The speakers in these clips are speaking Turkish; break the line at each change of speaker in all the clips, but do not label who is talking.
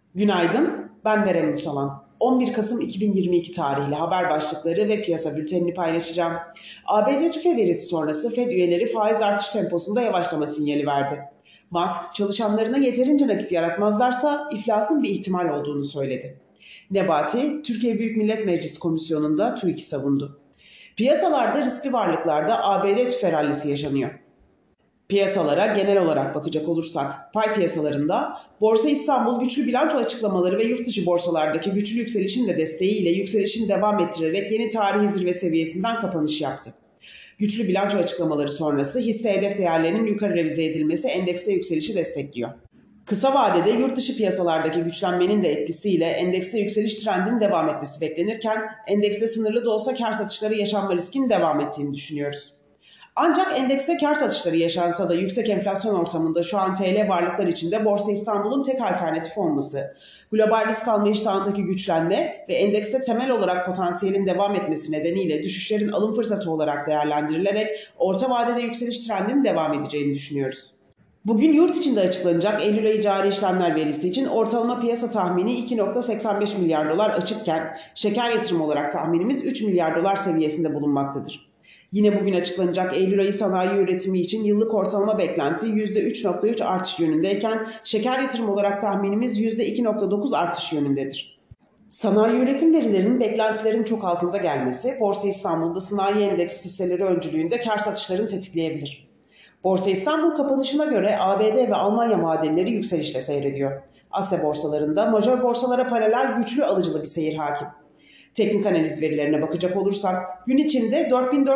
Günaydın, ben Berem Ulusalan. 11 Kasım 2022 tarihli haber başlıkları ve piyasa bültenini paylaşacağım. ABD tüfe verisi sonrası Fed üyeleri faiz artış temposunda yavaşlama sinyali verdi. Musk, çalışanlarına yeterince nakit yaratmazlarsa iflasın bir ihtimal olduğunu söyledi. Nebati, Türkiye Büyük Millet Meclisi Komisyonu'nda TÜİK'i savundu. Piyasalarda riskli varlıklarda ABD tüfe rallisi yaşanıyor. Piyasalara genel olarak bakacak olursak, pay piyasalarında Borsa İstanbul güçlü bilanço açıklamaları ve yurt dışı borsalardaki güçlü yükselişin de desteğiyle yükselişini devam ettirerek yeni tarihi zirve seviyesinden kapanış yaptı. Güçlü bilanço açıklamaları sonrası hisse hedef değerlerinin yukarı revize edilmesi endekste yükselişi destekliyor. Kısa vadede yurt dışı piyasalardaki güçlenmenin de etkisiyle endekste yükseliş trendinin devam etmesi beklenirken endekste sınırlı da olsa kar satışları yaşanma riskinin devam ettiğini düşünüyoruz. Ancak endekste kar satışları yaşansa da yüksek enflasyon ortamında şu an TL varlıklar içinde Borsa İstanbul'un tek alternatif olması, global risk alma iştahındaki güçlenme ve endekste temel olarak potansiyelin devam etmesi nedeniyle düşüşlerin alım fırsatı olarak değerlendirilerek orta vadede yükseliş trendinin devam edeceğini düşünüyoruz. Bugün yurt içinde açıklanacak Eylül ayı cari işlemler verisi için ortalama piyasa tahmini 2,85 milyar dolar açıkken şeker yatırım olarak tahminimiz 3 milyar dolar seviyesinde bulunmaktadır. Yine bugün açıklanacak Eylül ayı sanayi üretimi için yıllık ortalama beklenti %3,3 artış yönündeyken şeker yatırım olarak tahminimiz %2,9 artış yönündedir. Sanayi üretim verilerinin beklentilerin çok altında gelmesi Borsa İstanbul'da sanayi endeks hisseleri öncülüğünde kar satışlarını tetikleyebilir. Borsa İstanbul kapanışına göre ABD ve Almanya vadeleri yükselişle seyrediyor. Asya borsalarında majör borsalara paralel güçlü alıcılı bir seyir hakim. Teknik analiz verilerine bakacak olursak gün içinde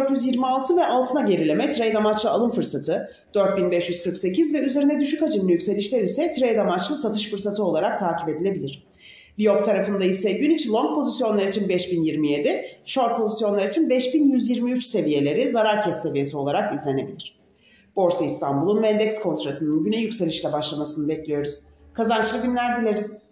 4426 ve altına gerileme trade amaçlı alım fırsatı, 4548 ve üzerine düşük hacimli yükselişler ise trade amaçlı satış fırsatı olarak takip edilebilir. Viyop tarafında ise gün içi long pozisyonlar için 5027, short pozisyonlar için 5123 seviyeleri zarar kes seviyesi olarak izlenebilir. Borsa İstanbul'un ve endeks kontratının güne yükselişle başlamasını bekliyoruz. Kazançlı günler dileriz.